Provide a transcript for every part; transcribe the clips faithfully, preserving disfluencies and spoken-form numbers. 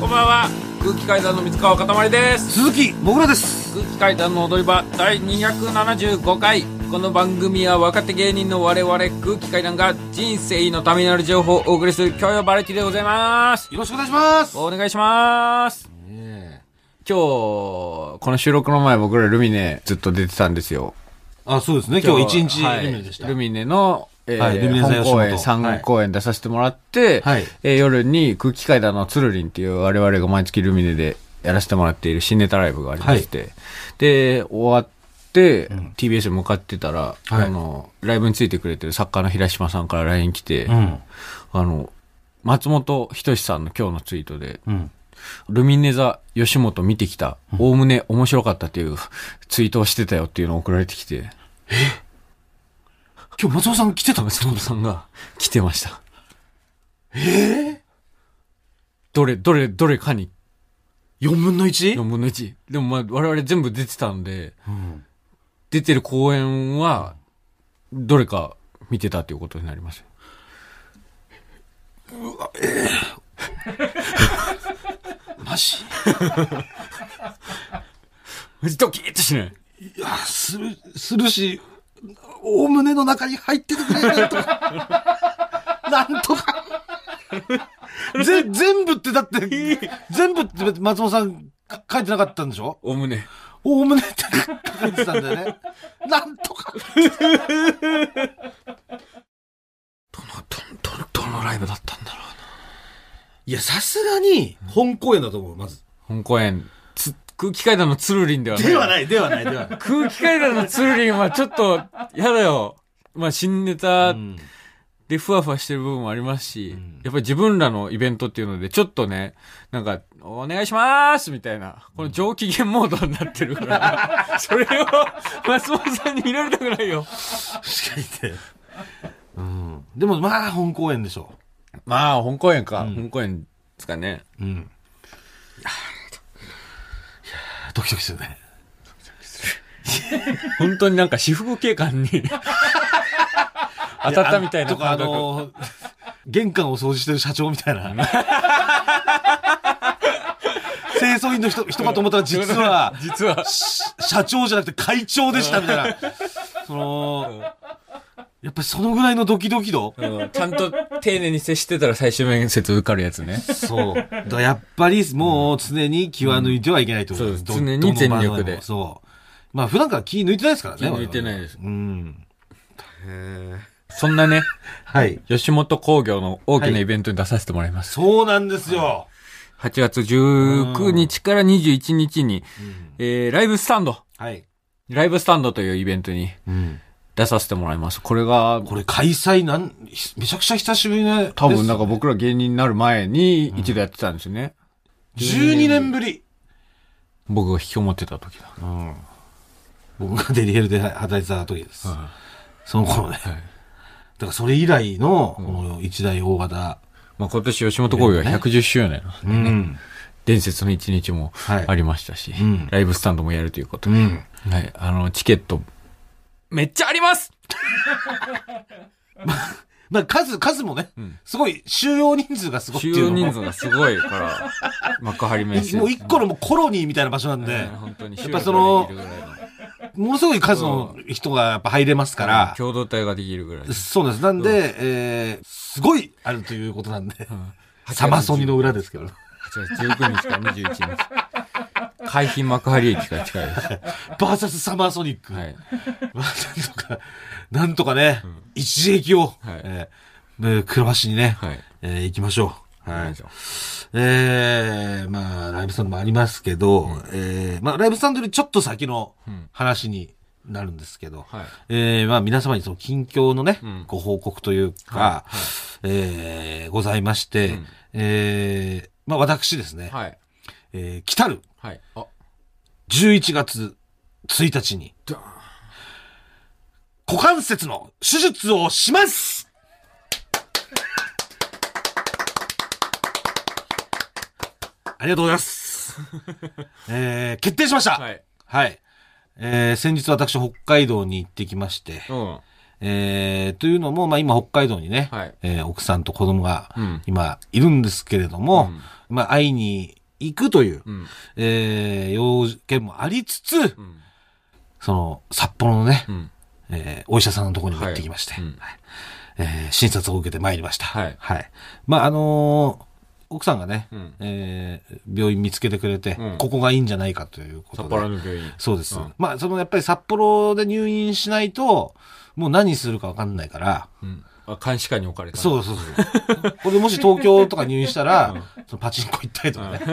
んばんは。空気階段の水川かたまりです。 鈴木もぐらです。 空気階段の踊り場だいにひゃくななじゅうごかい。この番組は若手芸人の我々空気階段が人生のためになる情報をお送りする教養バラエティでございます。 よろしくお願いします。 お願いします、ね、今日この収録の前僕らルミネずっと出てたんですよ。 あ、そうですね。今日一日ルミネでした、 はい、ルミネのえーはい、本公演さん公演出させてもらって、はいえー、夜に空気階段のつるりんっていう我々が毎月ルミネでやらせてもらっている新ネタライブがありまして、はい、で終わって、うん、ティービーエス に向かってたら、はい、あのライブについてくれてる作家の平島さんから ライン 来て、うん、あの松本人志さんの今日のツイートで、うん、ルミネ座吉本見てきたおおむね面白かったっていうツイートをしてたよっていうのを送られてきて、 え今日松本さん来てたんですか？ 松本さんが来てました。 えー、 どれ、どれ、どれかに。 よんぶんのいち？ よんぶんのいち。でもまあ我々全部出てたんで、うん、出てる公演は、どれか見てたっていうことになります。 うわ、えー、マジマジドキッとしない？ いや、する、するし、大胸の中に入っててくれなんとかなんとかぜ全部ってだって全部って松本さん書いてなかったんでしょ？ 大胸大胸って書いてたんだよねなんとかどのどのどのライブだったんだろうな。 いやさすがに本公演だと思う。まず本公演つ空気階段のつるりんではない。 ではない、ではない、ではない。 空気階段のつるりんはちょっと、やだよ。まあ、新ネタでふわふわしてる部分もありますし、うん、やっぱり自分らのイベントっていうので、ちょっとね、なんか、お願いしますみたいな、この上機嫌モードになってるから、それを松本さんに見られたくないよ。 確かにね。うん。でもまあ、本公演でしょう。まあ、本公演か。うん、本公演ですかね。うん。 ドキドキするね。 本当になんか私服警官に当たったみたいな感覚。 とかあのー、玄関を掃除してる社長みたいな。清掃員の人、人かと思ったら実は、 実は社長じゃなくて会長でしたみたいな。その、やっぱりそのぐらいのドキドキ度、 うん、ちゃんと丁寧に接してたら最終面接受かるやつね。 そう。だからやっぱりもう常に気は抜いてはいけないと思う。うん、 そう常に全力で。 そう。まあ普段から気抜いてないですからね。 気抜いてないです。 うん。 へそんなね、はい。吉本興業の大きなイベントに出させてもらいます。 はい、そうなんですよ。 はい、はちがつじゅうくにちからにじゅういちにちに、うんえー、ライブスタンド。はい。ライブスタンドというイベントに、うん出させてもらいます。これが、 これ開催なん、めちゃくちゃ久しぶりね。 多分なんか僕ら芸人になる前に一度やってたんですよね。 うん、じゅうにねんぶり。 僕が引きこもってた時だ。うん、 僕がデリヘルで働いてた時です。うん、その頃ね。はい、だからそれ以来の、この一大大型、うん。 まあ今年吉本興業がひゃくじゅっしゅうねんなんでね。うん、伝説の一日もありましたし、はいうん、ライブスタンドもやるということで。うん、はい。あの、チケット、めっちゃありますまあ、まあ、数、数もね、うん、すごい、収容人数がすごいっていうのも。 収容人数がすごいから、幕張メッセ。 もう一個のもうコロニーみたいな場所なんで、 うん、本当にやっぱその、ものすごい数の人がやっぱ入れますから、 共同体ができるぐらい。 そうです。なんで、うん、えー、すごいあるということなんで、うん、サマソニの裏ですけど。 はちがつじゅうくにちからにじゅういちにち。海浜幕張駅から近いです。 バーサスサマーソニック。はい。まあ、なんとか、なんとかね、うん、一撃を、はいえー、黒橋にね、はいえー、行きましょう。はい。えー、まあ、ライブスタンドもありますけど、うん、えー、まあ、ライブスタンドよりちょっと先の話になるんですけど、うんはい、えー、まあ、皆様にその近況のね、うん、ご報告というか、はいはい、えー、ございまして、うん、えー、まあ、私ですね、はいえー、来たる、はい、あじゅういちがつついたちに、股関節の手術をしますありがとうございます。えー、決定しました。はい。はい。えー、先日私北海道に行ってきまして、うん、えー、というのも、まあ今北海道にね、はい、えー、奥さんと子供が今いるんですけれども、うん、まあ会いに行くという、うん、えー、要件もありつつ、うん、その、札幌のね、うん、えー、お医者さんのところにも行ってきまして、はいうんえー、診察を受けてまいりました。はい。はい。まあ、あのー、奥さんがね、うんえー、病院見つけてくれて、うん、ここがいいんじゃないかということで。 札幌の病院。 そうです。うん、まあ、そのやっぱり札幌で入院しないと、もう何するか分かんないから、 うん監視下に置かれた。 そうそうそう。これもし東京とか入院したら、うん、そのパチンコ行ったりとかね。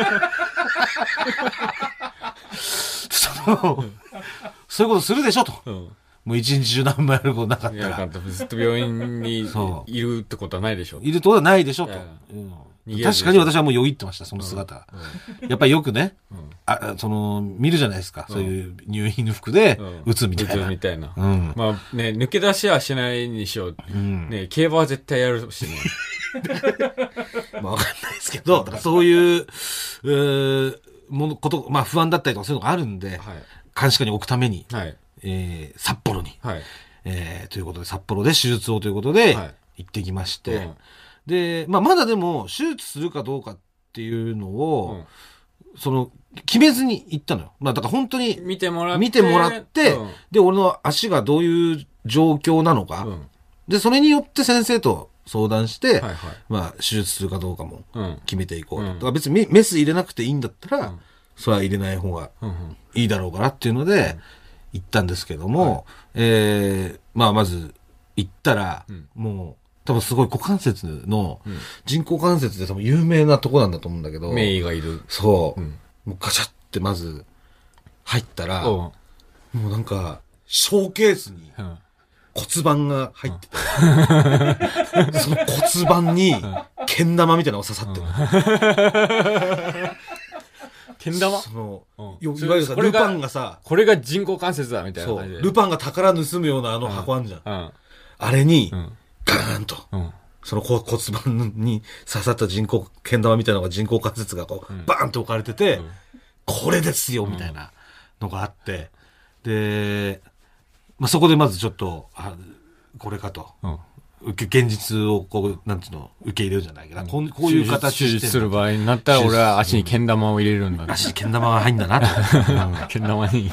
その、そういうことするでしょと。うん、もう一日中何もやることなかったら。いやずっと病院にいるってことはないでしょ。 いるってことはないでしょと。確かに私はもうよぎってました、その姿。うんうん、やっぱりよくね、うん、あその、見るじゃないですか。うん、そういう入院の服で、打つみたいな。 打つみたいな。うん、まあね、抜け出しはしないにしよう。うん、ね、競馬は絶対やるしね。 まあわかんないですけど、だからそういう、えー、もの、こと、まあ不安だったりとかそういうのがあるんで、はい、監視下に置くために、はいえー、札幌に、はいえー、ということで、札幌で手術をということで、はい、行ってきまして、うんで、まあ、まだでも、手術するかどうかっていうのを、うん、その、決めずに行ったのよ。まあ、だから本当に、 見てもらって、 見てもらって、うん、で、俺の足がどういう状況なのか、うん、で、それによって先生と相談して、はいはい、まあ、手術するかどうかも決めていこうと。うん、だから別にメス入れなくていいんだったら、うん、それは入れない方がいいだろうからっていうので、行ったんですけども、はい、えー、まあ、まず、行ったら、もう、多分すごい股関節の、うん、人工関節で多分有名なとこなんだと思うんだけど。 名医がいる。 そう。うん、もうガチャってまず入ったら、もうなんか、ショーケースに骨盤が入ってて、うん、その骨盤にけん玉みたいなのが刺さってる。 けん玉その、うん、いわゆるさ、ルパンがさ、 これが人工関節だみたいな感じで。 そう。ルパンが宝盗むようなあの箱あんじゃん。うんうん、あれに、うんガーンと、うん、その骨盤に刺さった人工、けん玉みたいなのが人工関節がこう、うん、バーンと置かれてて、うん、これですよ、みたいなのがあって、で、まあ、そこでまずちょっと、あこれかと、うん、受け現実をこう、なんていうの、受け入れるじゃないけど、うん、こうこういう形で。手術する場合になったら俺は足にけん玉を入れるんだ、 ね。足にけん玉が入んだなと。 けん玉に。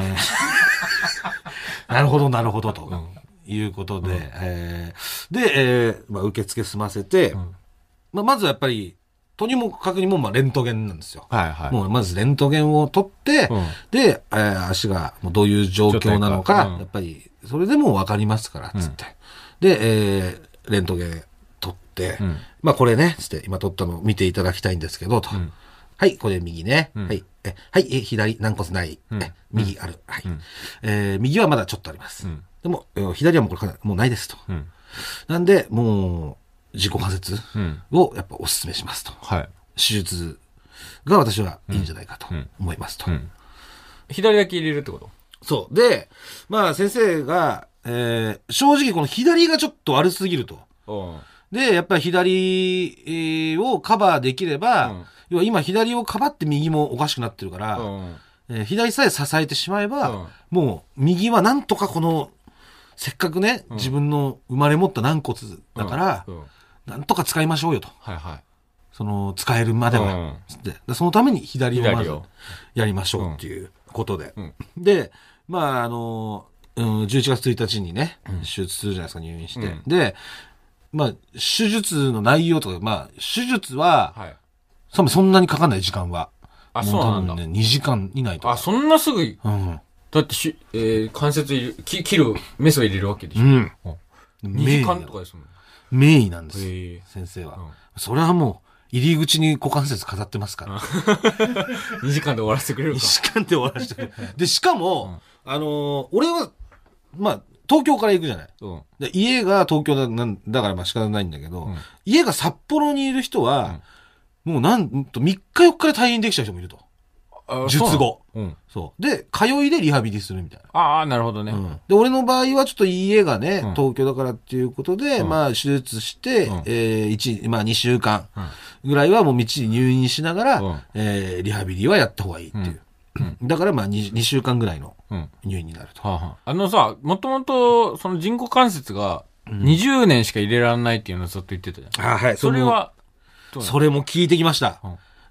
なるほど、なるほどと。うんいうことで、うんえー、で、えーまあ、受付済ませて、うんまあ、まずはやっぱり、とにもかくにもまあレントゲンなんですよ。はいはい、もうまずレントゲンを取って、うん、で、えー、足がもうどういう状況なのか、うん、やっぱりそれでも分かりますから、つって。うん、で、えー、レントゲン取って、うん、まあこれね、つって今取ったのを見ていただきたいんですけど、と。うん、はい、これ右ね。うん、はい。え、はい、え、左、軟骨ない。うん、え、右ある。はい、うんえー。右はまだちょっとあります。うんでも、左はもうこれもうないですと。うん、なんで、もう、自己関節をやっぱお勧めしますと。はい、手術が私はいいんじゃないかと思いますと。うんうん、 左だけ入れるってこと？ そう。で、まあ先生が、えー、正直この左がちょっと悪すぎると。で、やっぱり左をカバーできれば、うん、要は今左をかばって右もおかしくなってるから、うんえー、左さえ支えてしまえば、うん、もう右はなんとかこの、せっかくね、うん、自分の生まれ持った軟骨だから、うんうん、なんとか使いましょうよと。はいはい。その、使えるまでは。うん、でそのために左をまずやりましょうっていうことで。うん、で、まあ、あの、うん、じゅういちがつついたちにね、うん、手術するじゃないですか、入院して。うん、で、まあ、手術の内容とか、まあ、手術は、はい、そんなにかかんない時間は。 あ、そうなんだ。 ね、にじかん以内とか。 あ、そんなすぐ、うんだってし、えー、関節入れ、き切る、メスを入れるわけでしょ。うん。にじかんとかですもん。 名医なんです。先生は、うん。それはもう、入り口に股関節飾ってますから。 にじかんで終わらせてくれるか。 にじかんで終わらせてくれる。で、しかも、うん、あのー、俺は、まあ、東京から行くじゃない。うん、で家が東京だ、なんだからまあ仕方ないんだけど、うん、家が札幌にいる人は、うん、もうなんとみっかよっかで退院できちゃう人もいると。術後。うん。そう。で、通いでリハビリするみたいな。 ああ、なるほどね、うん。 で、俺の場合はちょっと家がね、うん、東京だからっていうことで、うん、まあ、手術して、うん、えー、一、まあ、にしゅうかんぐらいはもうみっちり入院しながら、うん、えー、リハビリはやった方がいいっていう。うん、だからまあ2、にしゅうかんぐらいの入院になると。うんはあはあ、あのさ、もともと、その人工関節がにじゅうねんしか入れられないっていうのをずっと言ってたじゃん。 あはい。 それは、 それも聞いてきました。うん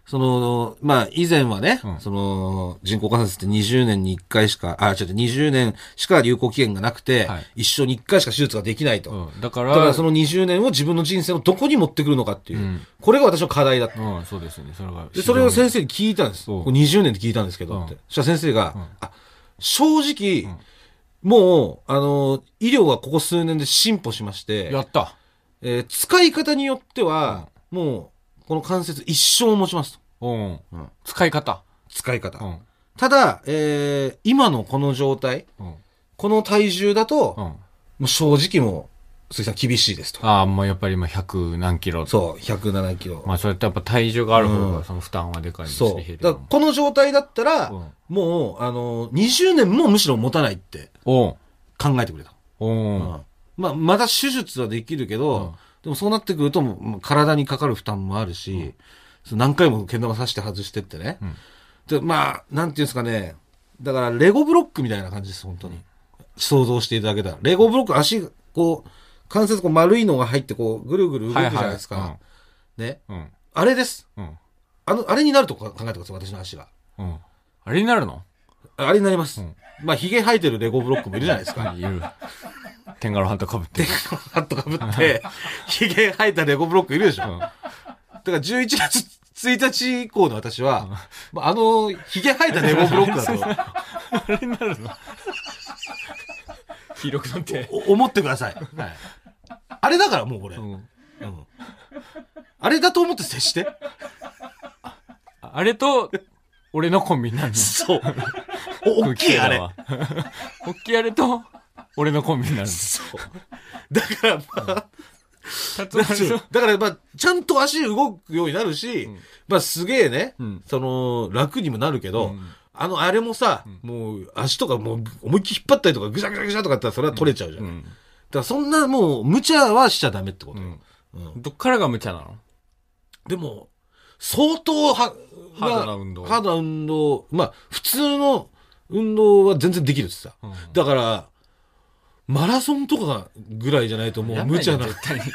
その、まあ、以前はね、 うん、 その、人工関節ってにじゅうねんにいっかいしか、あ、違う違う、にじゅうねんしか有効期限がなくて、はい、一生にいっかいしか手術ができないと。 うん、だから、 だからそのにじゅうねんを自分の人生のどこに持ってくるのかっていう。うん、これが私の課題だった。 うん、そうですよね。それが。 で、それを先生に聞いたんです。にじゅうねんって聞いたんですけど、って。そしたら先生が、うん、あ、正直、うん、もう、あの、医療がここ数年で進歩しまして、 やった。 えー、使い方によっては、うん、もう、この関節一生持ちますと。 うんうん、使い方。 使い方。うん、ただ、えー、今のこの状態、うん、この体重だと、うん、もう正直もう、鈴木さん厳しいですと。 ああ、もうやっぱり今ひゃくなんキロ。 そう、ひゃくななキロ。 まあそれってやっぱ体重がある方がその負担はでかいんですね。 そう。だからこの状態だったら、うん、もう、あの、にじゅうねんもむしろ持たないって考えてくれた。 うん、 まあ、まだ手術はできるけど、うん、でもそうなってくると、体にかかる負担もあるし、うん何回もけん玉刺して外してってね。うん、でまあ、なんていうんですかね。だから、レゴブロックみたいな感じです、本当に。うん、想像していただけたら。レゴブロック、足、こう、関節こう丸いのが入って、こう、ぐるぐる動くじゃないですか。はいはいうん、ね、うん。あれです、うん。あの、あれになると考えてください、私の足が。 うん。あれになるのあれになります。うん、まあ、髭生えてるレゴブロックもいるじゃないですか。 いる。テンガロハットかぶって。 テンガロハットかぶって、髭生えたレゴブロックいるでしょ。うんだからじゅういちがつついたち以降の私は、うん、あの、髭生えたレゴブロックだと。 あれになるの黄色くなって。 思ってください。はい、あれだからもうこれ、うんうん。あれだと思って接して。 あ, あれと、俺のコンビになるの。 そう。お、大きいあれ。 大きいあれと、俺のコンビになるの。 そう。だからまあ、だからまあちゃんと足動くようになるし、うん、まあすげえね、うん、その楽にもなるけど、うん、あのあれもさ、うん、もう足とかもう思いっきり引っ張ったりとかぐしゃぐしゃぐしゃとかやったらそれは取れちゃうじゃん、うん、だからそんなもう無茶はしちゃダメってこと、うんうん、どっからが無茶なの？ でも相当はハードな運動ハードな運動まあ普通の運動は全然できるってさ、うん、だからマラソンとかぐらいじゃないともう無茶な。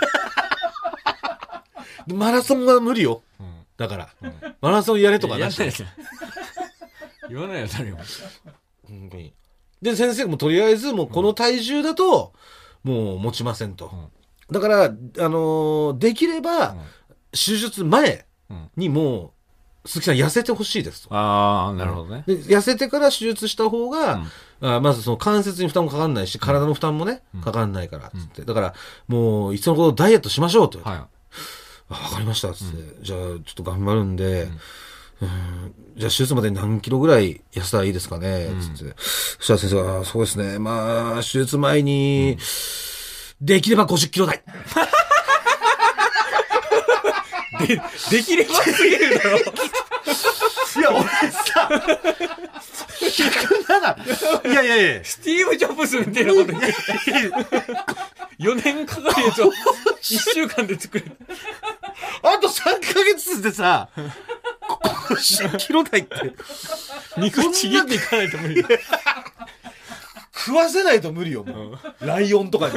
マラソンは無理よ。うん、だから、うん、マラソンやれとかなし。 言わないよ、誰も。 で、先生もとりあえずもうこの体重だと、もう持ちませんと。うん、だから、あのー、できれば、手術前にもう、鈴木さん痩せてほしいですと。 ああ、なるほどね。 で痩せてから手術した方が、うん、あまずその関節に負担もかかんないし、体の負担もね、うん、かかんないからつって、うん、だからもういっそのことダイエットしましょうと。はい。わかりましたつって、うん、じゃあちょっと頑張るんで、うんうんじゃあ手術までに何キロぐらい痩せたらいいですかねつって、うん、そしたら先生がそうですね、まあ手術前に、うん、できればごじゅっキロ台。 で、できればすぎるだろ。 いや、俺さ、ひゃくなな。いやいやいや。 スティーブ・ジョブズみたいなこと言って。よねんかかるやつをいっしゅうかんで作る。 あとさんかげつでさ、ごじゅっキロ台って。 肉ちぎっていかないと無理。 食わせないと無理よ、もう。うん、ライオンとかに。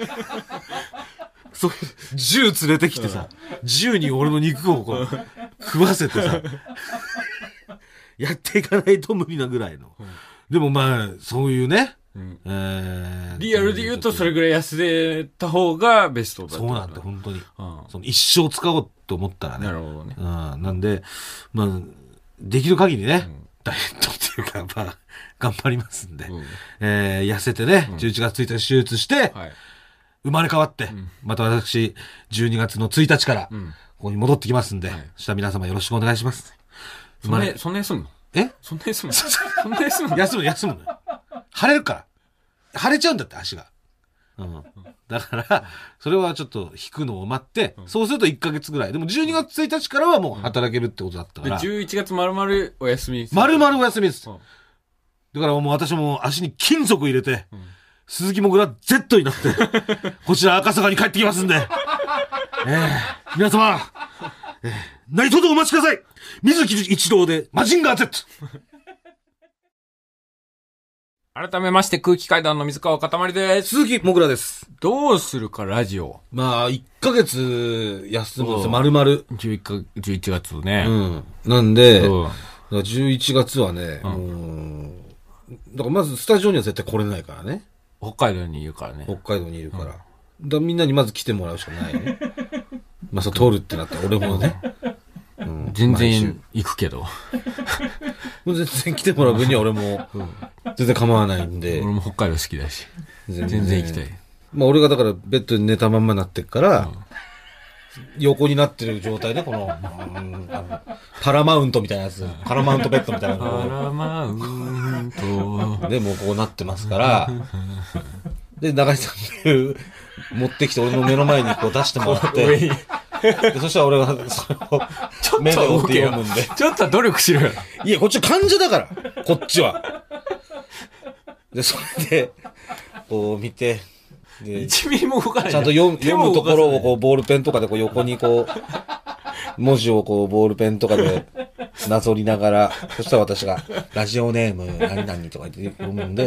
そう、銃連れてきてさ、うん、銃に俺の肉をこう、食わせてさ、やっていかないと無理なぐらいの。うん、でもまあ、そういうね、うんえー、リアルで言うとそれぐらい痩せた方がベストだと。 そうなんだ、本当に。うん、その一生使おうと思ったらね。 なるほどね。 うん、なんで、まあ、できる限りね、うん、ダイエットっていうか、まあ、頑張りますんで、うんえー、痩せてね、うん、じゅういちがつついたち手術して、はい生まれ変わって、うん、また私、じゅうにがつのついたちから、ここに戻ってきますんで、うん、そしたら皆様よろしくお願いします。 そんな、そんな休むのえそんな休むのそんな休むの休む、休むのよ。腫れるから。腫れちゃうんだって、足が。うん。だから、それはちょっと引くのを待って、うん、そうするといっかげつぐらい。でもじゅうにがつついたちからはもう働けるってことだったから。 でじゅういちがつ丸々お休みです。 丸々お休みです。うん、だからもう私も足に金属入れて、うん鈴木もぐら Z になって、こちら赤坂に帰ってきますんで、えー、皆様、えー、何卒お待ちください水木一郎でマジンガー Z。 改改めまして空気階段の水川かたまりです。 鈴木もぐらです。 どうするかラジオ。 まあ、いっかげつ休むんですよ、丸々。 じゅういちか、じゅういちがつね。 うん。なんで、じゅういちがつはね、うん、もう、だからまずスタジオには絶対来れないからね。 北海道にいるからね。 北海道にいるから。うん、だからみんなにまず来てもらうしかないね。まあ、そう、通るってなったら俺もね。 うん、全然行くけど。 もう全然来てもらう分には俺も全然構わないんで。 俺も北海道好きだし。全然、全然行きたい。 まあ俺がだからベッドに寝たまんまになってっから、うん、横になってる状態でこの、うん、あのパラマウントみたいなやつ、パラマウントベッドみたいなのパラマウントでもうこうなってますから、で、中井さんが持ってきて俺の目の前にこう出してもらって、でそしたら俺はそれを目で追って読むんで。 ちょっと努力しろよ。 いや、こっち患者だから、こっちは。で、それで、こう見て、 で、いちミリも動かない。 ちゃんと読む、読むところをこうボールペンとかでこう横にこう、文字をこうボールペンとかでなぞりながら、そしたら私が、ラジオネーム何々とか言って読むんで、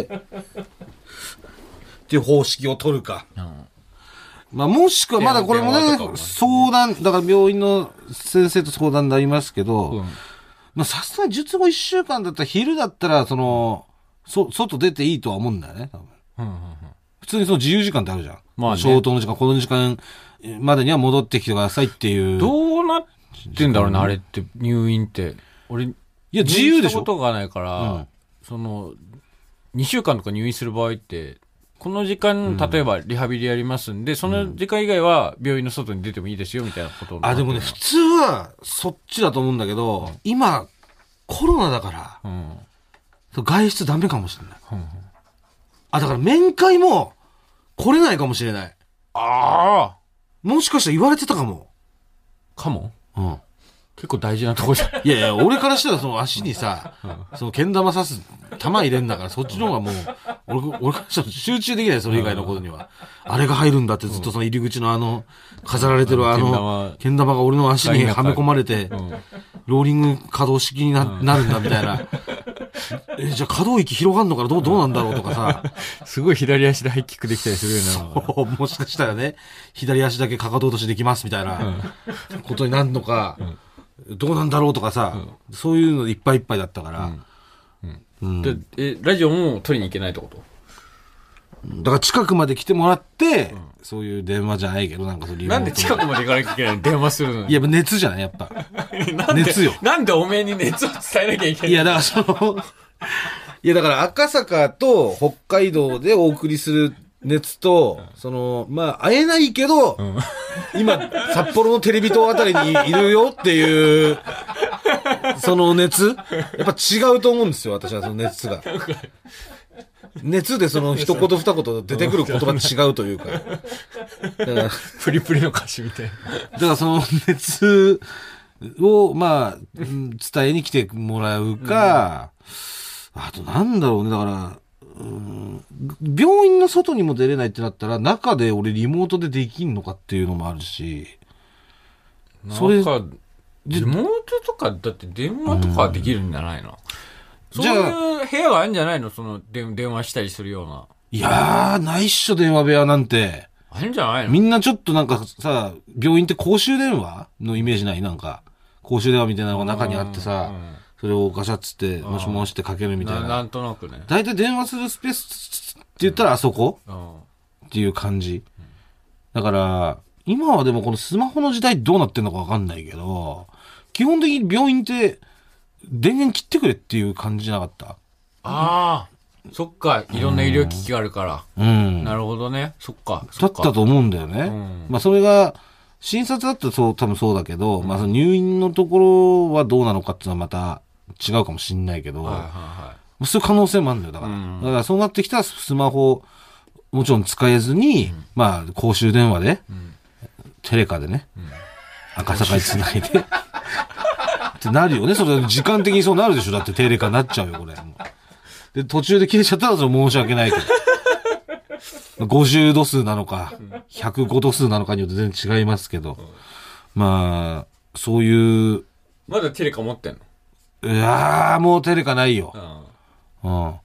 っていう方式を取るか。うん、まあ、もしくはまだこれもね、相談、だから病院の先生と相談になりますけど、うん、まあ、さすがに術後いっしゅうかんだったら昼だったら、その、そ、外出ていいとは思うんだよね、多分。うんうんうん、普通にその自由時間ってあるじゃん。まあ、ね、消灯の時間、この時間までには戻ってきてくださいっていう。 どうなってんだろうね、あれって、入院って。俺、いや、自由でしょ。 したことがないから、うん、その、にしゅうかんとか入院する場合って、この時間、例えばリハビリやりますんで、うん、その時間以外は病院の外に出てもいいですよ、みたいなことあ、でもね、普通はそっちだと思うんだけど、うん、今、コロナだから、うん、外出ダメかもしれない。うんうん、あ、だから面会も来れないかもしれない。 ああ。 もしかしたら言われてたかも。 かも？ うん。 結構大事なとこじゃん。 いやいや、俺からしたらその足にさ、うん、その剣玉刺す、玉入れんだから、そっちの方がもう、俺、俺からしたら集中できない、それ以外のことには。うん、あれが入るんだってずっとその入り口のあの、飾られてるあの、剣玉が俺の足にはめ込まれて、うん、ローリング可動式に な,、うん、なるんだみたいな。え、じゃあ可動域広がんのかなどう、どうなんだろうとかさ。 すごい左足でハイキックできたりするような。そう、もしかしたらね、左足だけかかと落としできますみたいなことになるのか、うんどうなんだろうとかさ、うん、そういうのでいっぱいいっぱいだったから。 うんうん、でえラジオも取りに行けないってこと？ だから近くまで来てもらって、うん、そういう電話じゃないけど、なんかそうリモート。 なんで近くまで行かなきゃいけないの電話するのに。 いや、熱じゃないやっぱ。 なんで熱よ。なんでおめえに熱を伝えなきゃいけないの？ いや、だからその、いや、だから赤坂と北海道でお送りする熱と、うん、その、まあ、会えないけど、うん、今、札幌のテレビ塔あたりにいるよっていう、その熱やっぱ違うと思うんですよ、私はその熱が。熱でその一言二言出てくる言葉違うというか。だから、プリプリの歌詞みたいな。 だからその熱を、まあ、伝えに来てもらうか、うん、あとなんだろうね、だから、うん、病院の外にも出れないってなったら中で俺リモートでできんのかっていうのもあるし、 それかリモートとかだって電話とかはできるんじゃないの？うん、そういう部屋があるんじゃないの？その電話したりするような。 いやーないっしょ電話部屋なんて。 あるんじゃないの？ みんなちょっとなんかさ病院って公衆電話のイメージない？なんか公衆電話みたいなのが中にあってさ。うんうんそれをガシャッつって、もしもしってかけるみたいな。な, なんとなくね。 大体電話するスペースって言ったらあそこ、うん、っていう感じ。だから、今はでもこのスマホの時代どうなってんのかわかんないけど、基本的に病院って電源切ってくれっていう感じじゃなかった？ ああ、そっか。いろんな医療機器があるから。うん。なるほどね。そっか。 だったと思うんだよね。うん、まあそれが、診察だったらそう多分そうだけど、うん、まあその入院のところはどうなのかっていうのはまた違うかもしんないけど、はいはいはい、そういう可能性もあるんだよだから、うん、だからそうなってきたらスマホもちろん使えずに、うん、まあ公衆電話で、うん、テレカでね、うん、赤坂につないでってなるよね。それ時間的にそうなるでしょ。だってテレカになっちゃうよこれ。で途中で切れちゃったらそれ申し訳ないけど。ごじゅうど数なのか、ひゃくごど数なのかによって全然違いますけど、まあ、そういう。 まだテレカ持ってんの？ いやー、もうテレカないよ。うん。うん。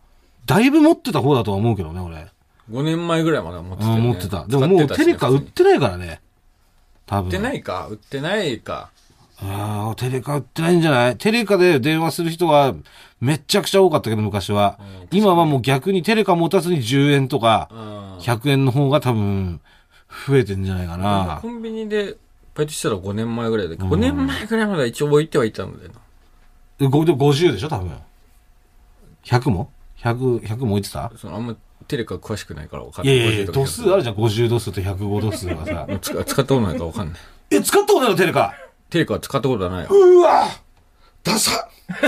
だいぶ持ってた方だとは思うけどね、俺。 ごねんまえぐらいまで持ってた、ね。 持ってた。でももうテレカ売ってないからね。多分。 売ってないか売ってないか。 ああ、テレカ売ってないんじゃない？テレカで電話する人はめっちゃくちゃ多かったけど、昔は。うん、今はもう逆にテレカ持たずにじゅうえんとか、ひゃくえんの方が多分増えてんじゃないかな。 コンビニでバイトしたらごねんまえぐらいだけど、うん、ごねんまえぐらいまで一応置いてはいたんだよな。 ご、ごじゅうでしょ多分。ひゃくも ?ひゃく、ひゃくも置いてた？ そのあんまテレカ詳しくないから分かんない。 いやいや、度数あるじゃん。ごじゅうど数とひゃくごど数はさ。 使, 使ったことないから分かんない。 え、使ったことないのテレカ？ テレカは使ったことはないよ。 うわダサ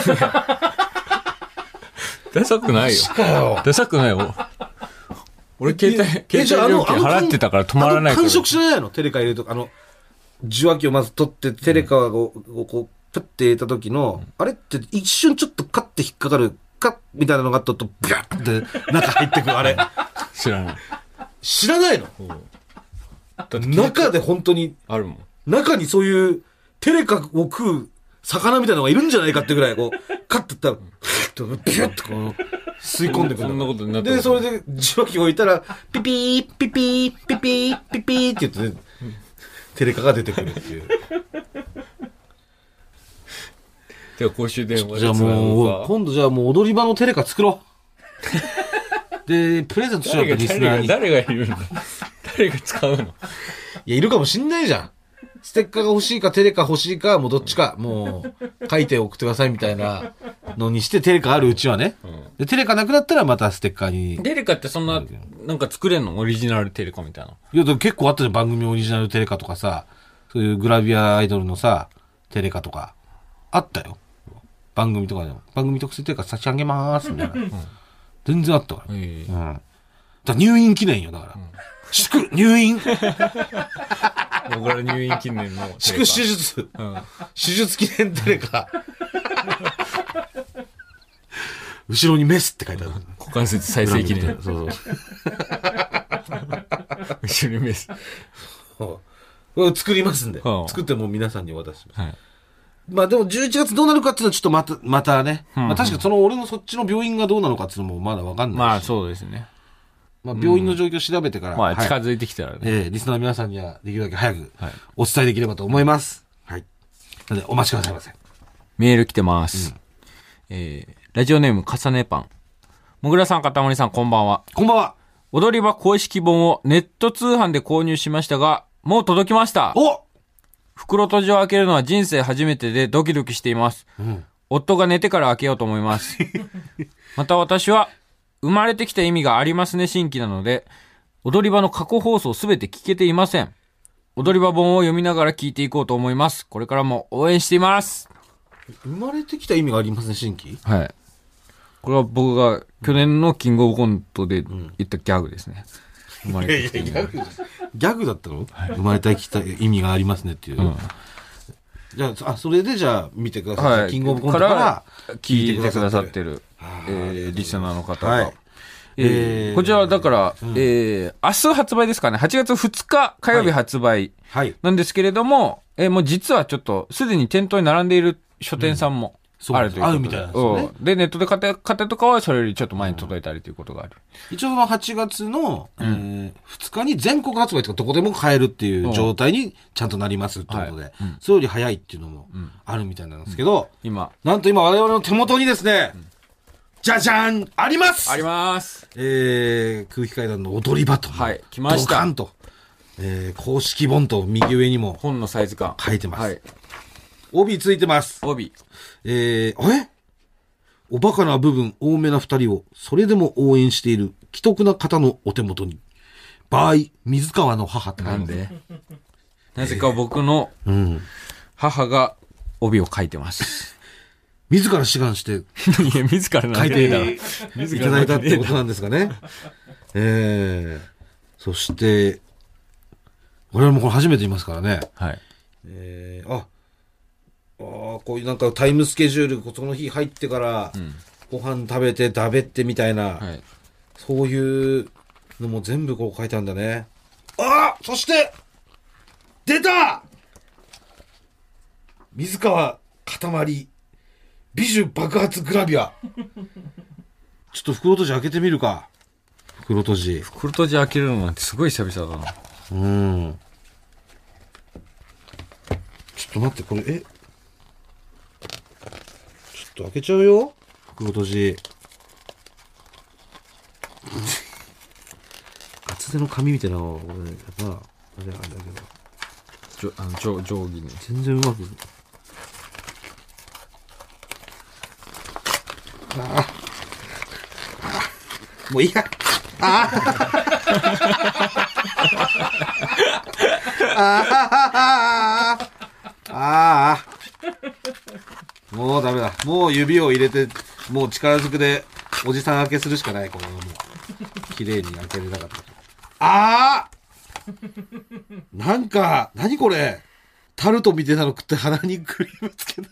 ダサくないよ。ダサくないよ。俺携帯、携帯料金払ってたから止まらないから。 感触しないのテレカ入れると、あの、受話器をまず取って、テレカをこう、こうプッて入れた時の、うん、あれって一瞬ちょっとカッて引っかかる、カッみたいなのがあったと、ビャーって中入ってくる、あれ。 知らない。 知らないの、うん、中で本当に、 あるもん。 中にそういう、テレカを食う魚みたいなのがいるんじゃないかってぐらい、こう、カッていったら、ビュッとこう、吸い込んでくる。 そんなことになってで、それで受話器置いたら、ピピー、ピピー、ピピー、ピピーって言って、ね、テレカが出てくるっていう。 では公衆電話じゃあもう、今度じゃあもう踊り場のテレカ作ろう。で、プレゼントしようか、リスナーに。 誰がいるの？誰が使うの？いや、いるかもしんないじゃん。ステッカーが欲しいかテレカ欲しいかもうどっちかもう書いて送ってくださいみたいなのにしてテレカあるうちはね、うん、でテレカなくなったらまたステッカーに。 テレカってそんななんか作れんの？オリジナルテレカみたいな。 いや結構あったじゃん、番組オリジナルテレカとかさ、そういうグラビアアイドルのさテレカとかあったよ。番組とかでも番組特製テレカ差し上げまーすみたいな、うん、全然あったから、うん、だ入院記念よだから、うん、祝入院僕ら入院記念の祝手術、うん、手術記念テレカ後ろにメスって書いてある、 股関節再生記念そうそう後ろにメス作りますんで、はあ、作っても皆さんにお渡しします、はい、まあでもじゅういちがつどうなるかっていうのはちょっとまたまたね、うんうん、まあ、確かその俺のそっちの病院がどうなのかっていうのもまだ分かんないし、 まあそうですね、 まあ、病院の状況を調べてから、うん、 まあ、近づいてきたらね、 はい、えー、リスナーの皆さんにはできるだけ早くお伝えできればと思います。はい。なので、お待ちくださいませ。 メール来てます。うん、えー、ラジオネーム、かさねパン。もぐらさん、かたまりさん、こんばんは。 こんばんは。 踊り場公式本をネット通販で購入しましたが、もう届きました。 お袋閉じを開けるのは人生初めてでドキドキしています。うん、夫が寝てから開けようと思います。また私は、生まれてきた意味がありますね新規なので、踊り場の過去放送すべて聞けていません。踊り場本を読みながら聞いていこうと思います。これからも応援しています。 生まれてきた意味がありますね新規。 はい。これは僕が去年のキングオブコントで言ったギャグですね。 うん、生まれてきた意味。いやいやギャグギャグだったの、はい、生まれてきた意味がありますねっていう。うん、じゃあ、あ、それでじゃあ見てください。はい、キングオブコントから聞いてくださってる。えー、リスナーの方が、はい、えー、こちらはだから、うん、えー、明日発売ですかね。はちがつふつか火曜日発売なんですけれども、はいはい、えー、もう実はちょっとすでに店頭に並んでいる書店さんもあるということで、うん、あるみたいなんですよね。で、ネットで買った方とかはそれよりちょっと前に届いたりということがある。 うん、一応はちがつの、うん、えー、ふつかに全国発売とかどこでも買えるっていう状態にちゃんとなりますということで、はい、うん、それより早いっていうのもあるみたいなんですけど、うん、今なんと今我々の手元にですね、うん、じゃじゃんありますあります、 えー、空気階段の踊り場と、 はい、来ました。 ドカンと、えー、公式本と右上にも本のサイズ感書いてます、はい、帯ついてます。 帯、 えー、えおバカな部分多めな二人をそれでも応援している既得な方のお手元に場合水川の母ってなんでなぜか僕の母が帯を書いてます、 えー、自ら志願していや自ら書いていただいたってことなんですかね。えー、そして我々もこれ初めて言いますからね。 はい。 えー、ああこういうなんかタイムスケジュールその日入ってから、うん、ご飯食べてだべってみたいな、はい、そういうのも全部こう書いてあるんだね。あそして出た水川かたまり美女爆発グラビアちょっと袋閉じ開けてみるか。袋閉じ。 袋閉じ開けるのなんてすごい久々だな。 うん。ちょっと待って、これ、えちょっと開けちゃうよ。袋閉じ。厚手の紙みたいなの、これ、やっぱ、あれあれだけど。 じょ、あの、定定規ね。 全然うまく。ああ。もういいや。ああ。ああ。もうダメだ。もう指を入れて、もう力ずくでおじさん開けするしかない。これはもう。綺麗に開けれなかった。ああなんか、何これタルトみたいなの食って鼻にクリームつけた。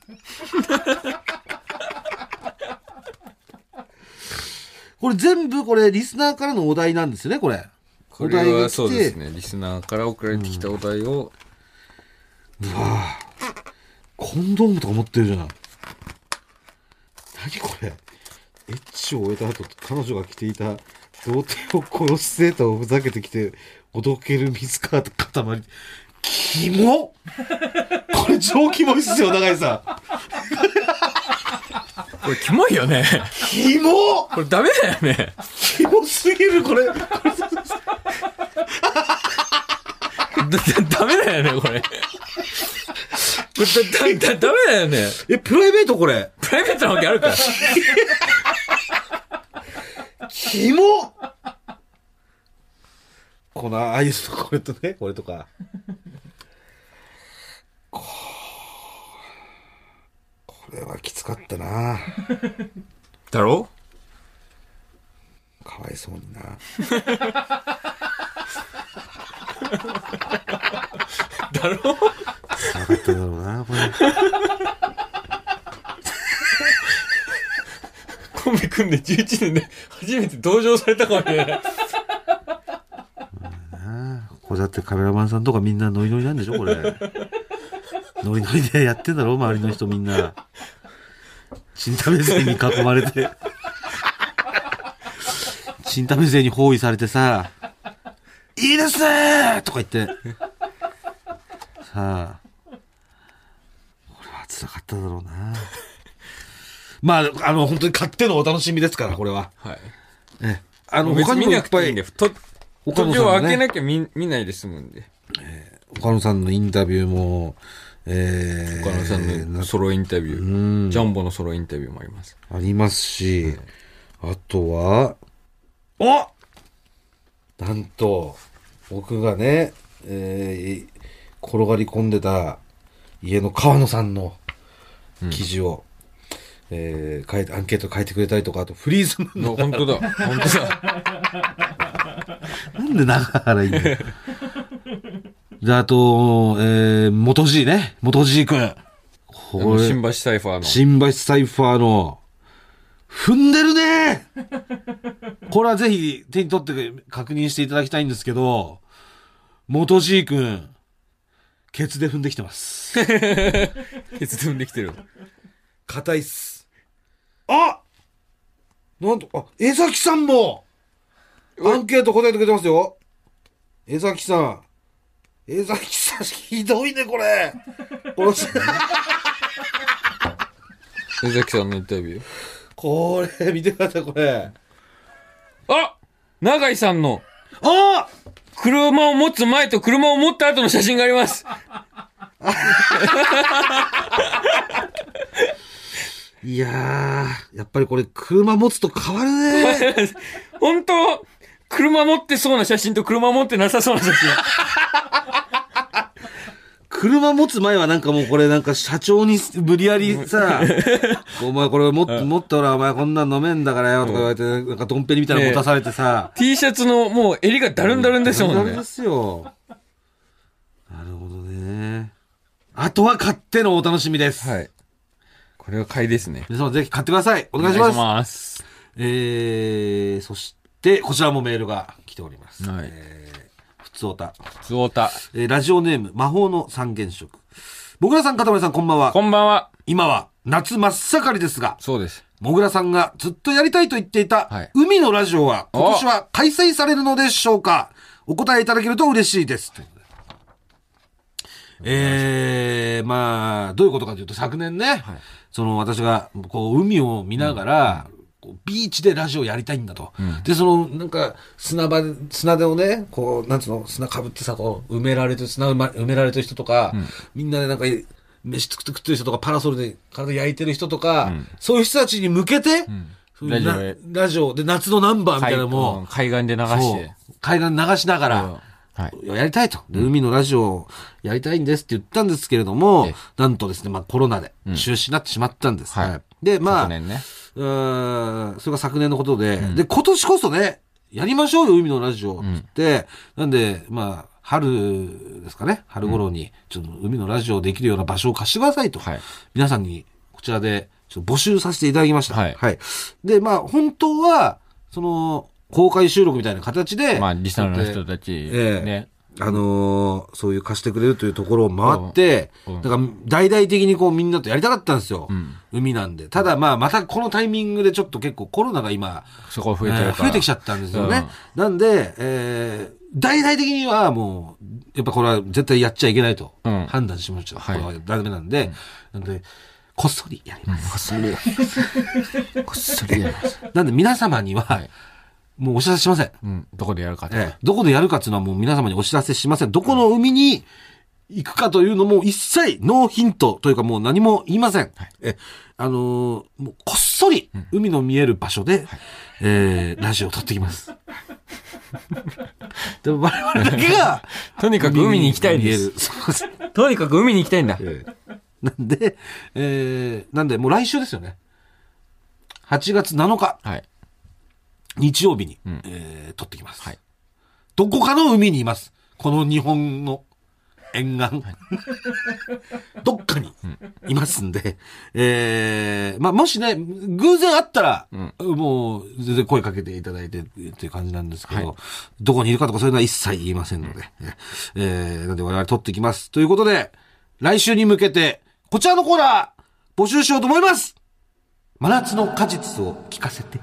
これ全部これリスナーからのお題なんですよね、これ。 これはそうですね。リスナーから送られてきたお題を。 うん、うわぁ。コンドームとか持ってるじゃん。何これ。エッチを終えた後、彼女が着ていた童貞を殺すセーターをふざけてきて、おどける水川と塊。キモこれ超キモいっすよ、永井さん。 これキモいよね。 キモこれダメだよね。 キモすぎる、これ。これダメだよね、これ。これだ、だ、ダメだよね。 え、プライベートこれ。 プライベートなわけあるか。 キモこのアイスとこれとね、これとか。これはきつかったな。 だろ？ かわいそうにな。 だろ？ 分かっただろうな、これ。 コンビ組んでじゅういちねんで初めて登場されたかもしれない。 これだってカメラマンさんとかみんなノリノリなんでしょ、これ。ノリノリでやってんだろ、周りの人みんな。チンタメ勢に囲まれて。チンタメ勢に包囲されてさ、いいですねとか言って。さあ、これは辛かっただろうな。まあ、あの、本当に買ってのお楽しみですから、これは。 はい。 え、あの、他にもいっぱい。 岡野さんのね、開けなきゃ 見, 見ないで済むんで。 えー、岡野さんのインタビューも、えー、岡野さんのソロインタビュー、ジャンボのソロインタビューもあります。 ありますし、はい、あとは、おなんと、僕がね、えー、転がり込んでた家の川野さんの記事を、うん、えー、書いて、アンケート書いてくれたりとか、あとフリーズムの。本当だ、本当だ。 なんで長原いいので、あと、えー、元 G ね。元 G 君。 これ。新橋サイファーの。 新橋サイファーの。踏んでるねこれはぜひ手に取って確認していただきたいんですけど、元 G 君、ケツで踏んできてます。 ケツで踏んできてる。 硬いっす。あなんと、あ、江崎さんもアンケート答えてくれてますよ。江崎さん。江崎さん、ひどいね、これ。この江崎さんのインタビュー。 これ、見てください、これ。 あ永井さんの。 あ車を持つ前と車を持った後の写真があります。 いやー、やっぱりこれ、車持つと変わるね。 本当車持ってそうな写真と車持ってなさそうな写真。 車持つ前はなんかもうこれなんか社長に無理やりさ、お前これ持って持ったらお前こんなん飲めんだからよとか言われて、なんかドンペリみたいなの持たされてさ、 ね、T シャツのもう襟がダルンダルンですもんね。ダルンダルンですよ。なるほどね。あとは買ってのお楽しみです。 はい。これは買いですね。 皆様ぜひ買ってください。お願いします。 お願いします。 えー、そしてこちらもメールが来ております。 はい。 えーふつおた。 ふつおた。 えー、ラジオネーム、魔法の三原色。僕らさん、かたまりさん、こんばんは。 こんばんは。 今は、夏真っ盛りですが。 そうです。 もぐらさんがずっとやりたいと言っていた、はい、海のラジオは今年は開催されるのでしょうか。お答えいただけると嬉しいです。えー、まあ、どういうことかというと、昨年ね、はい、その私がこう海を見ながら、うんこうビーチでラジオやりたいんだと。うん、で、その、なんか、砂場、砂でをね、こう、なんつうの、砂かぶってさ、こう、埋められてる、砂埋められてる人とか、うん、みんなでなんか、飯作って食ってる人とか、パラソルで体焼いてる人とか、うん、そういう人たちに向けて、うん、ラジオラジオで夏のナンバーみたいなのも、 海岸で流して。 海岸流しながら、うんはい、やりたいと。で、海のラジオをやりたいんですって言ったんですけれども、うん、なんとですね、まあコロナで中止になってしまったんです。うんはい、で、まあ、昨年ね。うーん、それが昨年のことで、うん、で、今年こそね、やりましょうよ、海のラジオって言って、うん、なんで、まあ、春ですかね、春頃に、ちょっと海のラジオできるような場所を貸してくださいと、はい、皆さんにこちらでちょっと募集させていただきました。はい。はい、で、まあ、本当は、その、公開収録みたいな形で、 まあ、リスナーの人たち、 えー、ね。あのー、そういう貸してくれるというところを回って、だから大々的にこうみんなとやりたかったんですよ。うん、海なんで。ただまあまたこのタイミングでちょっと結構コロナが今、 そこ増えてるから、 えー、増えてきちゃったんですよね。うん、なんで、えー、大々的にはもう、やっぱこれは絶対やっちゃいけないと判断しました。うん、これはダメなんで、うん、なんで、こっそりやります。こっそりやります。こっそりやります。なんで皆様には、はいもうお知らせしません。 うん。どこでやるかって、ええ。 どこでやるかっていうのはもう皆様にお知らせしません。どこの海に行くかというのも一切ノーヒントというかもう何も言いません。はい、え、あのー、もうこっそり海の見える場所で、うんはい、えー、ラジオを撮ってきます。でも我々だけが、 とにかく海に行きたいです。とにかく海に行きたいんだ。えー、なんで、えー、なんでもう来週ですよね。はちがつなのか。はい。日曜日に、うんえー、撮ってきます、はい。どこかの海にいます。この日本の沿岸。はい、どっかにいますんで、うん、えー、まあ、もしね、偶然あったら、うん、もう全然声かけていただいてっていう感じなんですけど、はい、どこにいるかとかそういうのは一切言いませんので、うん、えー、なんで我々撮ってきます。ということで、来週に向けて、こちらのコーナー、募集しようと思います。真夏の果実を聞かせて。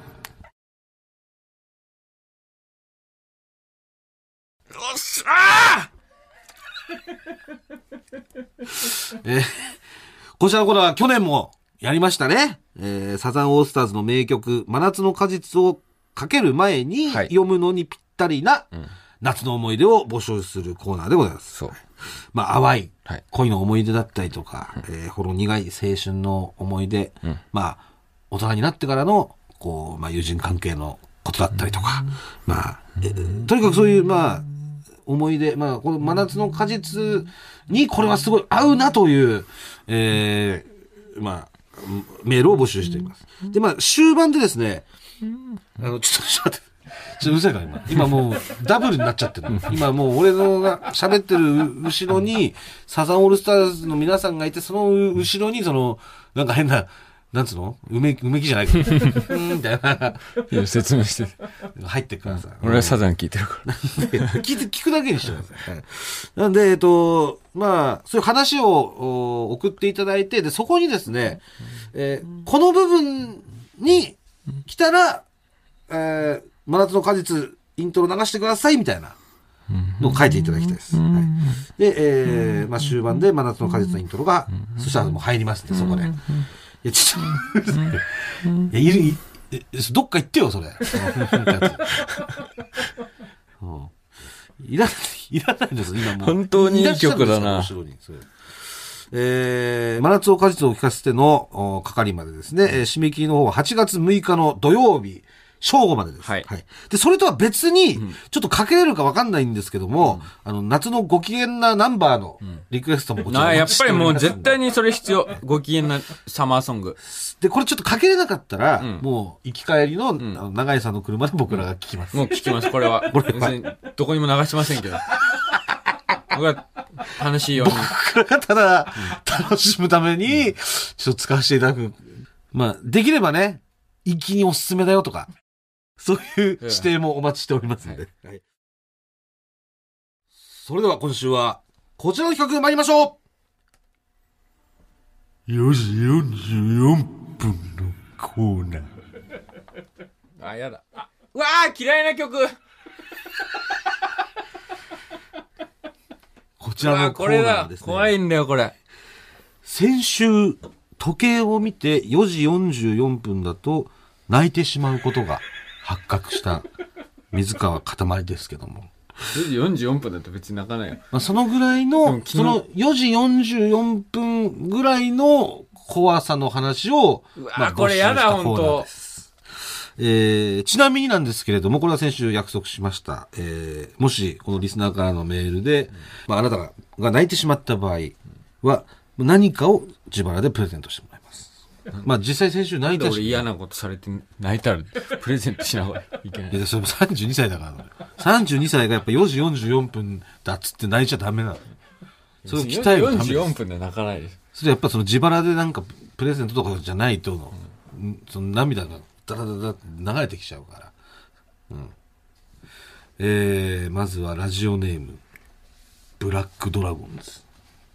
よっしゃーえー、こちらのコーナーは去年もやりましたね、えー、サザンオールスターズの名曲真夏の果実をかける前に読むのにぴったりな夏の思い出を募集するコーナーでございます。そうまあ淡い恋の思い出だったりとか、はいえー、ほろ苦い青春の思い出、うん、まあ大人になってからのこう、まあ、友人関係のことだったりとか、まあ、えー、とにかくそういうまあ思い出、まあ、この真夏の果実にこれはすごい合うなという、えー、まあ、メールを募集しています。で、まあ、終盤でですね、あの、ちょっと、ちょっと待って、ちょっとうるさいか今。今もうダブルになっちゃってる。今もう俺のが喋ってる後ろに、サザンオールスターズの皆さんがいて、その後ろにその、なんか変な、なんつうのうめ、うめきじゃないか。うんみたいな。 いや、説明して。 入ってください。 俺はサザン聞いてるから。 聞いて、聞くだけにしてください。はい、なんで、えっと、まあ、そういう話を送っていただいて、で、そこにですね、えー、この部分に来たら、えー、真夏の果実、イントロ流してください、みたいなのを書いていただきたいです。はい、で、えー、まあ終盤で真夏の果実のイントロが、そしたらもう入りますんで、そこで。いや、ちょっと、いや、いる、い、どっか行ってよ、それ。いらない、いらないです、今もう。 本当にいい曲だな。 えー、真夏の果実を聞かせての係までですね、えー、締め切りの方ははちがつむいかの土曜日、正午までです。はい。はい。で、それとは別に、ちょっとかけれるかわかんないんですけども、うん、あの、夏のご機嫌なナンバーのリクエストもこちらああ、やっぱりもう絶対にそれ必要。ご機嫌なサマーソング。 で、これちょっとかけれなかったら、うん、もう、行き帰りの、うん、あの長井さんの車で僕らが聞きます。 もう聞きます、これは。これは。別に、どこにも流しませんけど。僕は、楽しいように。 僕らがただ、楽しむために、ちょっと使わせていただく。まあ、できればね、行きにおすすめだよとか。そういう指定もお待ちしておりますので。はいはい、それでは今週は、こちらの企画参りましょう !よじよんじゅうよんぷんのコーナー。 あ、やだ。あ、うわー、嫌いな曲。 こちらのコーナーですね。 怖いんだよ、これ。 先週、時計を見てよじよんじゅうよんぷんだと泣いてしまうことが発覚した水川かたまりですけども。 よじよんじゅうよんぷんだと別に泣かないよ。 まあ、そのぐらいの、そのよじよんじゅうよんぷんぐらいの怖さの話を、 うわ、まあ、これやだ、ほんと。 えー、ちなみになんですけれども、これは先週約束しました。えー、もし、このリスナーからのメールで、うん、まあ、あなたが泣いてしまった場合は、何かを自腹でプレゼントしてもらいます。まあ、実際先週泣いたし、 俺嫌なことされて泣いたらプレゼントしながらいけない。 いや、それもさんじゅうにさいだから。さんじゅうにさいがやっぱよじよんじゅうよんぷんだっつって泣いちゃダメなの。それを鍛えるためです。よんじゅうよんぷんで泣かないです。それやっぱその自腹でなんかプレゼントとかじゃないとの、うん、その涙がダラダラダ流れてきちゃうから。うん。えー、まずはラジオネーム、ブラックドラゴンズ。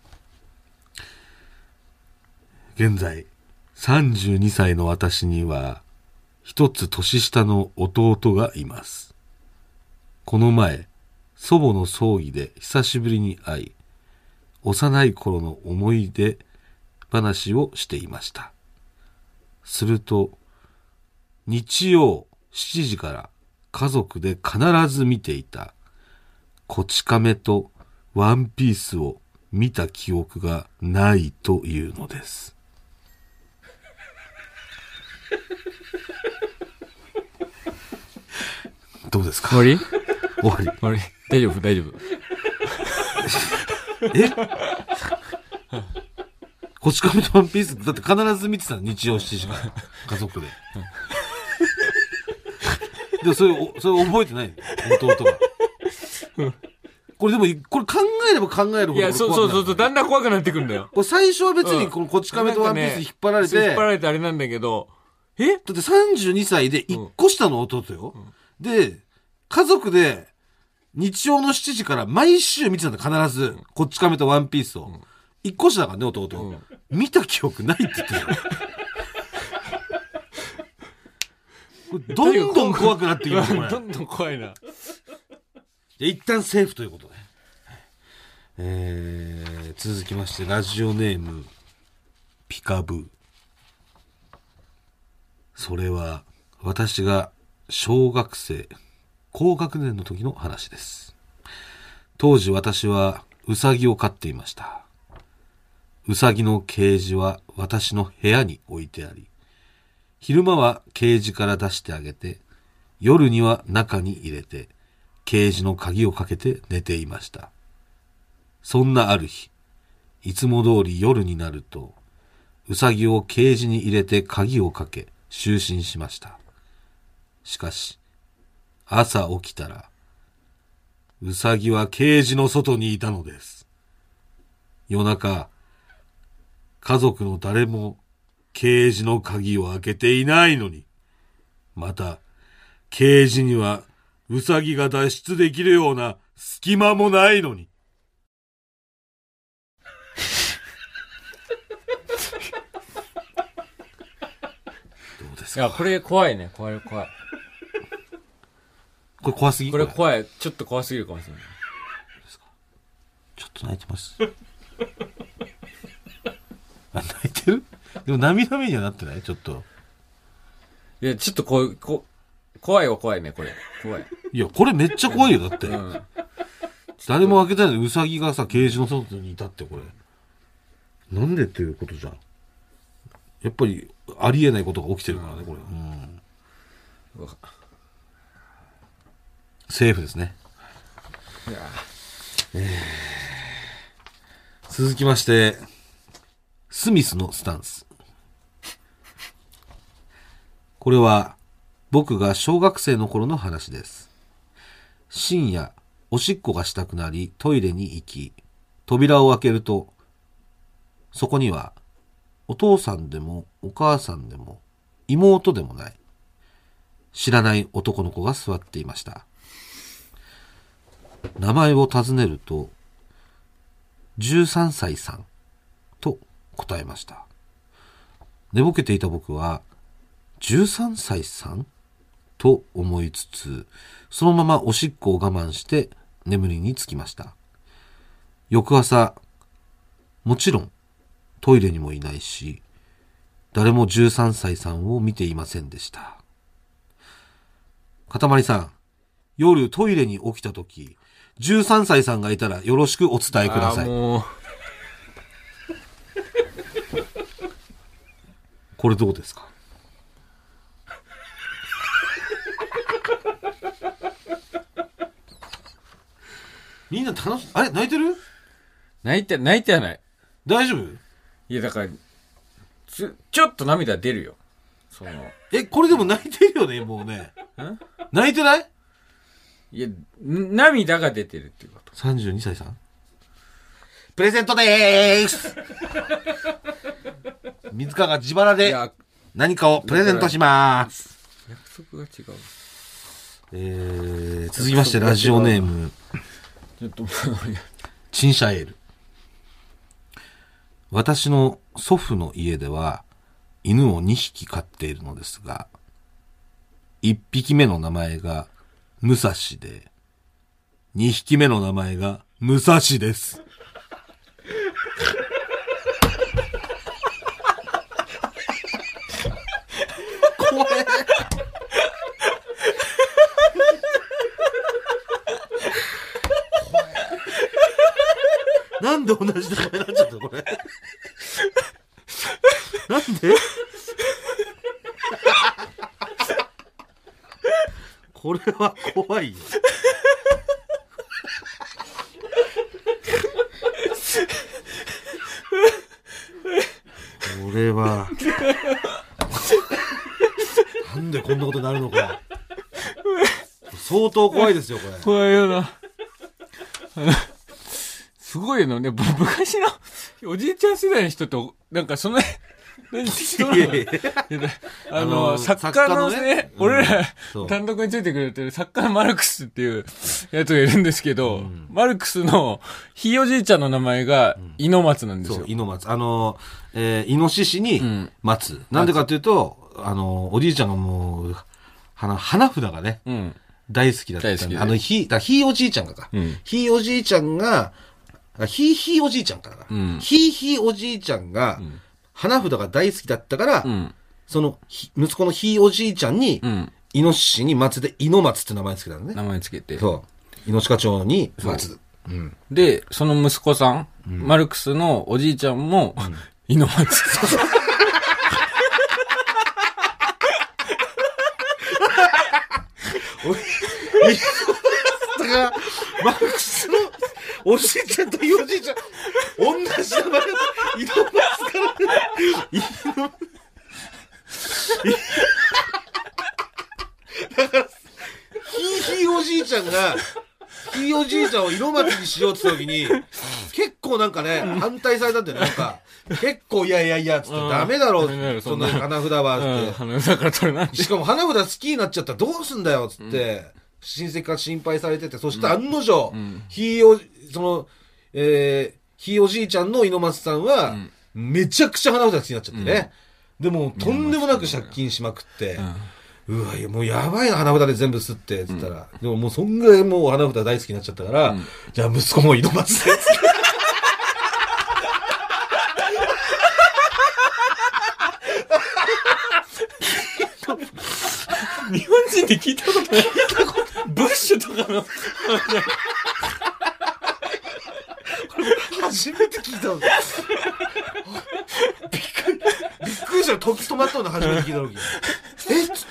現在、さんじゅうにさいの私には、一つ年下の弟がいます。この前、祖母の葬儀で久しぶりに会い、幼い頃の思い出話をしていました。すると、日曜しちじから家族で必ず見ていた、こち亀とワンピースを見た記憶がないというのです。どうですか？ 終わり？ 終わり。 終わり。大丈夫、大丈夫。えこち亀とワンピースだって必ず見てたの、日曜しちじから家族で。でもそれ、それ覚えてない弟が。これでも、これ考えれば考えるほど。 いや、そうそうそう、だんだん怖くなってくるんだよ。 これ最初は別にこのこち亀とワンピース引っ張られて、 ね、引っ張られてあれなんだけど、えだってさんじゅうにさいでいっこ下の弟よ。うんで、家族で日曜のしちじから毎週見てたんだ、必ず。うん、こっち亀とワンピースを。いっこ下だからね、弟。うん、見た記憶ないって言ってる。これどんどん怖くなってきます、これ。 どんどん怖いな。 一旦セーフということで。えー、続きまして、ラジオネーム、ピカブー。それは、私が、小学生、高学年の時の話です。当時私はウサギを飼っていました。ウサギのケージは私の部屋に置いてあり、昼間はケージから出してあげて、夜には中に入れて、ケージの鍵をかけて寝ていました。そんなある日、いつも通り夜になると、ウサギをケージに入れて鍵をかけ、就寝しました。しかし、朝起きたら、ウサギはケージの外にいたのです。夜中、家族の誰もケージの鍵を開けていないのに、また、ケージにはウサギが脱出できるような隙間もないのに。どうですか？ いや、これ怖いね、怖い怖い。 これ怖すぎ？ これ怖い。ちょっと怖すぎるかもしれない。 ちょっと泣いてます。あ、泣いてる？でも涙目にはなってない？ちょっと。 いや、ちょっとこう、こ怖いは怖いね、これ。怖い。 いや、これめっちゃ怖いよ、だって。うん、誰も開けたいのにウサギがさ、ケージの外にいたって、これ。なんでっていうことじゃん。やっぱり、ありえないことが起きてるからね、これ。うん。セーフですね。いや、えー、続きまして、スミスのスタンス。これは僕が小学生の頃の話です。深夜、おしっこがしたくなりトイレに行き、扉を開けると、そこにはお父さんでもお母さんでも妹でもない、知らない男の子が座っていました。名前を尋ねると、じゅうさんさいさんと答えました。寝ぼけていた僕は、 じゅうさんさいさんと思いつつ、そのままおしっこを我慢して眠りにつきました。翌朝、もちろんトイレにもいないし、誰もじゅうさんさいさんを見ていませんでした。かたまりさん、夜トイレに起きたとき、じゅうさんさいさんがいたらよろしくお伝えください。もうこれどうですか？みんな楽し、あれ泣いてる？ 泣いて、泣いてはない。 大丈夫？ いや、だから、つ、ちょっと涙出るよ。その。 え、これでも泣いてるよね、もうね。泣いてない？ いや、涙が出てるっていうこと。 さんじゅうにさいさん？プレゼントでーす水川が自腹で何かをプレゼントしまーす。 約束が違う。 えー、続きましてラジオネーム。ちょっと、チンシャエール。私の祖父の家では犬をにひき飼っているのですが、いっぴきめの名前が武蔵で、にひきめの名前が武蔵です。怖い。なんで同じ名前になっちゃったのこれ。なんでこれは怖いよ。これはなんでこんなことになるのか。相当怖いですよこれ。 怖いよな。すごいのね、昔のおじいちゃん世代の人となんかその何人なのあの作家のね、俺ら単独についてくれてる作家のマルクスっていうやつがいるんですけど、マルクスのひいおじいちゃんの名前が猪松なんですよ。 そう、猪松。あの、えー、イノシシに松。なんでかっていうと、あの、おじいちゃんがもう、花、花札がね、うん、大好きだったんで、あの、ひ、だひいおじいちゃんがか。うん、ひいおじいちゃんが、ひいひいおじいちゃんかな。うん、ひいひいおじいちゃんが、うん花札が大好きだったから、うん、その息子のひいおじいちゃんに、うん、イノシシに松で猪松って名前つけたのね。 名前つけて。 そう。イノシカ町に松。 うん、で、その息子さん、うん、マルクスのおじいちゃんも、うん、猪松。 だからマルクスのおじいちゃんとひいおじいちゃん同じ名前だ。猪松からだからひいひいおじいちゃんがひいおじいちゃんを猪松にしようって言った時に結構なんかね反対されたんだよね。なんか結構いやいやいやつってダメだろうそんな花札はって、 花札から取れない。 しかも花札好きになっちゃったらどうすんだよっつって、うん、親戚から心配されてて、そして案の定、うん、ひいおそのえー、ひいおじいちゃんの猪松さんは、うん、めちゃくちゃ花札好きになっちゃってね、うん、でもとんでもなく借金しまくって、うん、うわいやもうやばいな花札で全部吸ってって言ったら、うん、でももうそんぐらいもう花札大好きになっちゃったから、うん、じゃあ息子も猪松で日本人で聞いたことないブッシュとかの初めて聞いたの。びっくりびっくりした。時止まったの初めて聞いた時えっつって、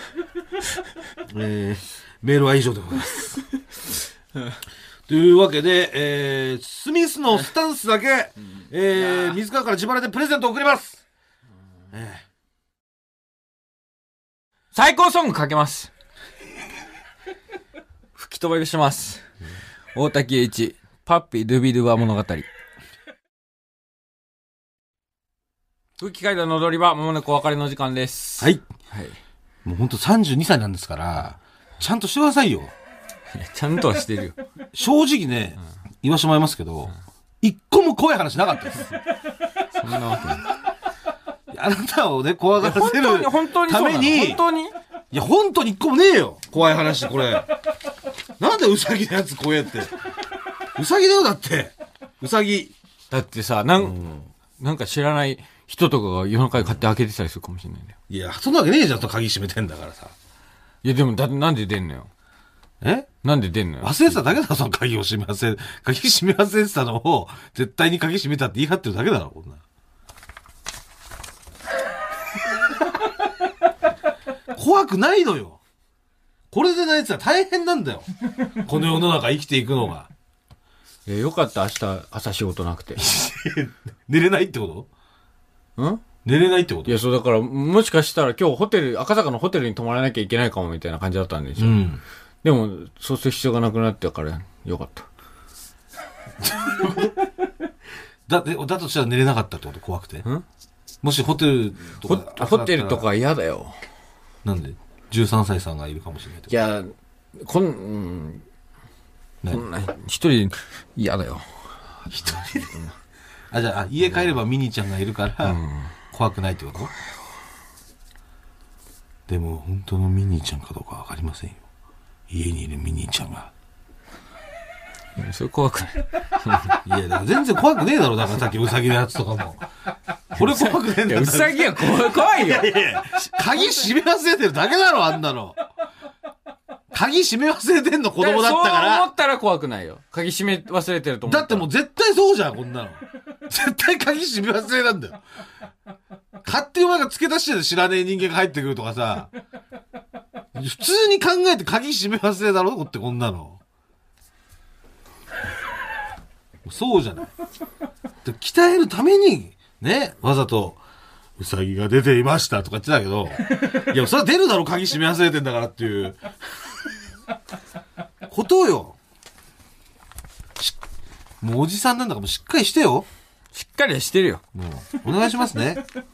えー、メールは以上でございますというわけで、えー、スミスのスタンスだけ、えー、水川から自腹でプレゼントを送ります、えー、 最高ソングかけます吹き飛ばします、うん、大滝栄一パッピードゥビドゥバ物語。空気階段の踊り場、まもなくお別れの時間です。 はい。はい。もうほんとさんじゅうにさいなんですから、ちゃんとしてくださいよ。 ちゃんとはしてるよ。 正直ね、うん、言わしてもらいますけど、一、うん、個も怖い話なかったです。 そんなわけない。 あなたをね、怖がらせるために、 本当に、本当に本当にいや、本当に一個もねえよ。怖い話、これ。なんでウサギのやつ怖えって。ウサギだよ、だって。ウサギ。 だってさ、なん、うん、なんか知らない人とかが夜中に勝手に開けてたりするかもしれないんだよ。 いや、そんなわけねえじゃんと鍵閉めてんだからさ。 いや、でも、だってなんで出んのよ。 えなんで出んのよ。 忘れてただけだろ、その鍵を閉め忘れ、鍵閉め忘れてたのを、絶対に鍵閉めたって言い張ってるだけだろ、こんな。怖くないのよ。これでないやつは大変なんだよ。この世の中生きていくのが。 いや、よかった、明日、朝仕事なくて。 寝れないってこと？ん寝れないってこと？ いや、そうだから、もしかしたら今日ホテル、赤坂のホテルに泊まらなきゃいけないかもみたいな感じだったんですよ。うん、でも、そうする必要がなくなってから、よかった。 だって、だとしたら寝れなかったってこと？怖くて。んもしホテルとか。 ホテルとか嫌だよ。 なんでじゅうさんさいさんがいるかもしれない。 いや、こん、うん、こんな、一人嫌だよ。 一人であ、じゃあ、家帰ればミニちゃんがいるから、うん、怖くないってこと？でも、本当のミニちゃんかどうかわかりませんよ。家にいるミニちゃんが。 それ怖くない。 いや、だから全然怖くねえだろ。だからさっきウサギのやつとかも。これ怖くねえんだよ。 ウサギは怖いよ。いやいや、 鍵閉め忘れてるだけだろ、あんなの。鍵閉め忘れてんの子供だったから。 そう思ったら怖くないよ。鍵閉め忘れてると思う。 だってもう絶対そうじゃん、こんなの。絶対鍵閉め忘れなんだよ。勝手にお前が付け出してる知らねえ人間が入ってくるとかさ。普通に考えて鍵閉め忘れだろってこんなの。そうじゃない。鍛えるために、ね、わざと、ウサギが出ていましたとか言ってたけど、いや、それは出るだろ、鍵閉め忘れてんだからっていう、ことよ。もうおじさんなんだからもうしっかりしてよ。 しっかりしてるよ。 もう、お願いしますね。はい、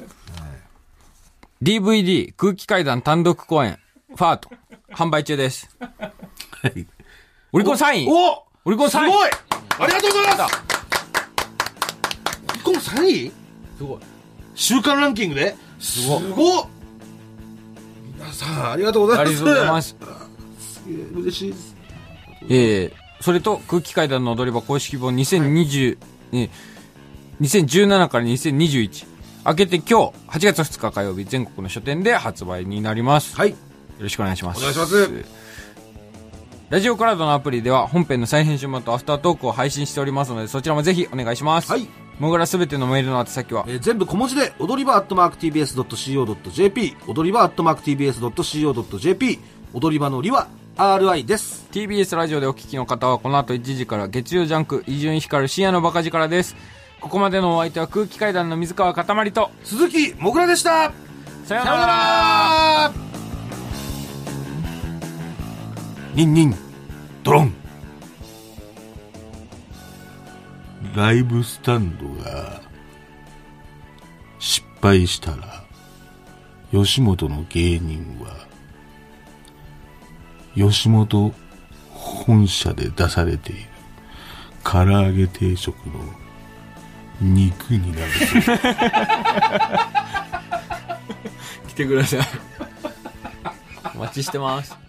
ディーブイディー 空気階段単独公演、ファート、販売中です。はい。オリコンさんい。 おオリコンさんい。 すごいありがとうございます。オリコンさんい？ すごい。 週間ランキングですごい。すごっ。皆さん、ありがとうございます。 ありがとうございます。 すげえ嬉しいです。 えー、それと空気階段の踊り場公式本にせんにじゅう、ね、にせんじゅうななからにせんにじゅういち明けて今日はちがつふつか火曜日全国の書店で発売になります。 はい。よろしくお願いします。 お願いします。 ラジオクラウドのアプリでは本編の再編集版とアフタートークを配信しておりますのでそちらもぜひお願いします。 はい。 もぐらすべてのメールの宛先は、 えー、全部小文字で踊り場アットマーク ティービーエスドットシーオードットジェーピー 踊り場アットマーク ティービーエスドットシーオードットジェーピー 踊り場のりは アールアイ です。 ティービーエス ラジオでお聞きの方はこの後いちじから月曜ジャンク伊集院光深夜のバカ力です。ここまでのお相手は空気階段の水川かたまりと鈴木もぐらでした。 さようなら。 ニンニンドロン。ライブスタンドが失敗したら吉本の芸人は吉本本社で出されている唐揚げ定食の肉になる来てください。お待ちしてます。